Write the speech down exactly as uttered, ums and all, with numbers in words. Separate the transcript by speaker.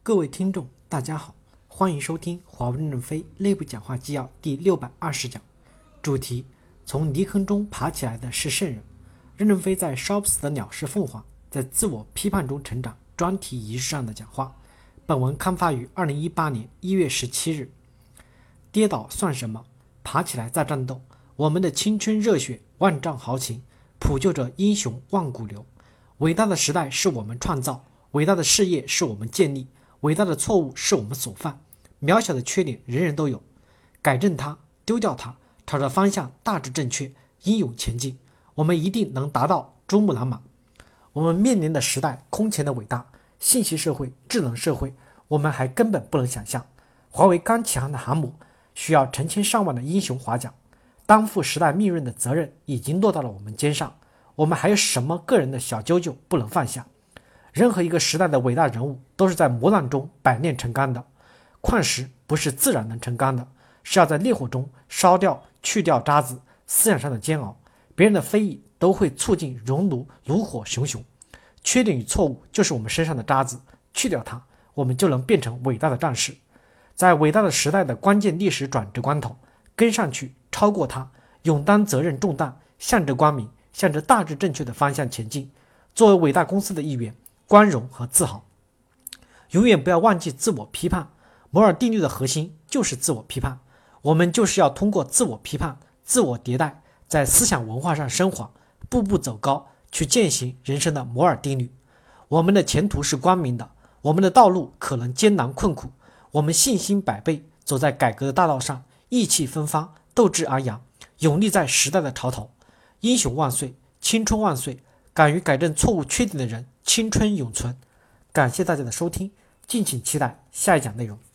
Speaker 1: 各位听众，大家好，欢迎收听华为任正非内部讲话纪要第六百二十讲，主题：从泥坑中爬起来的是圣人。任正非在烧不死的鸟是凤凰，在自我批判中成长专题仪式上的讲话。本文刊发于二零一八年一月十七日。跌倒算什么？爬起来再战斗。我们的青春热血，万丈豪情，谱就着英雄万古流。伟大的时代是我们创造，伟大的事业是我们建立，伟大的错误是我们所犯，渺小的缺点人人都有。改正它，丢掉它，朝着方向大致正确，英勇前进，我们一定能达到珠穆朗玛。我们面临的时代空前的伟大，信息社会、智能社会，我们还根本不能想象。华为刚起航的航母需要成千上万的英雄划桨，担负时代命运的责任已经落到了我们肩上。我们还有什么个人的小九九不能放下？任何一个时代的伟大人物都是在磨难中百炼成钢的。矿石不是自然能成钢的，是要在烈火中烧掉去掉渣子，思想上的煎熬。别人的非议都会促进熔炉炉火熊熊。缺点与错误就是我们身上的渣子，去掉它，我们就能变成伟大的战士。在伟大的时代的关键历史转折关头，跟上去，超过它，勇担责任重担，向着光明，向着大致正确的方向前进。作为伟大公司的一员，光荣和自豪。永远不要忘记自我批判。摩尔定律的核心就是自我批判。我们就是要通过自我批判、自我迭代，在思想文化上升华，步步走高，去践行人生的摩尔定律。我们的前途是光明的，我们的道路可能艰难困苦，我们信心百倍，走在改革的大道上，意气风发，斗志昂扬，勇立在时代的潮头。英雄万岁，青春万岁，敢于改正错误缺点的人，青春永存。感谢大家的收听，敬请期待下一讲内容。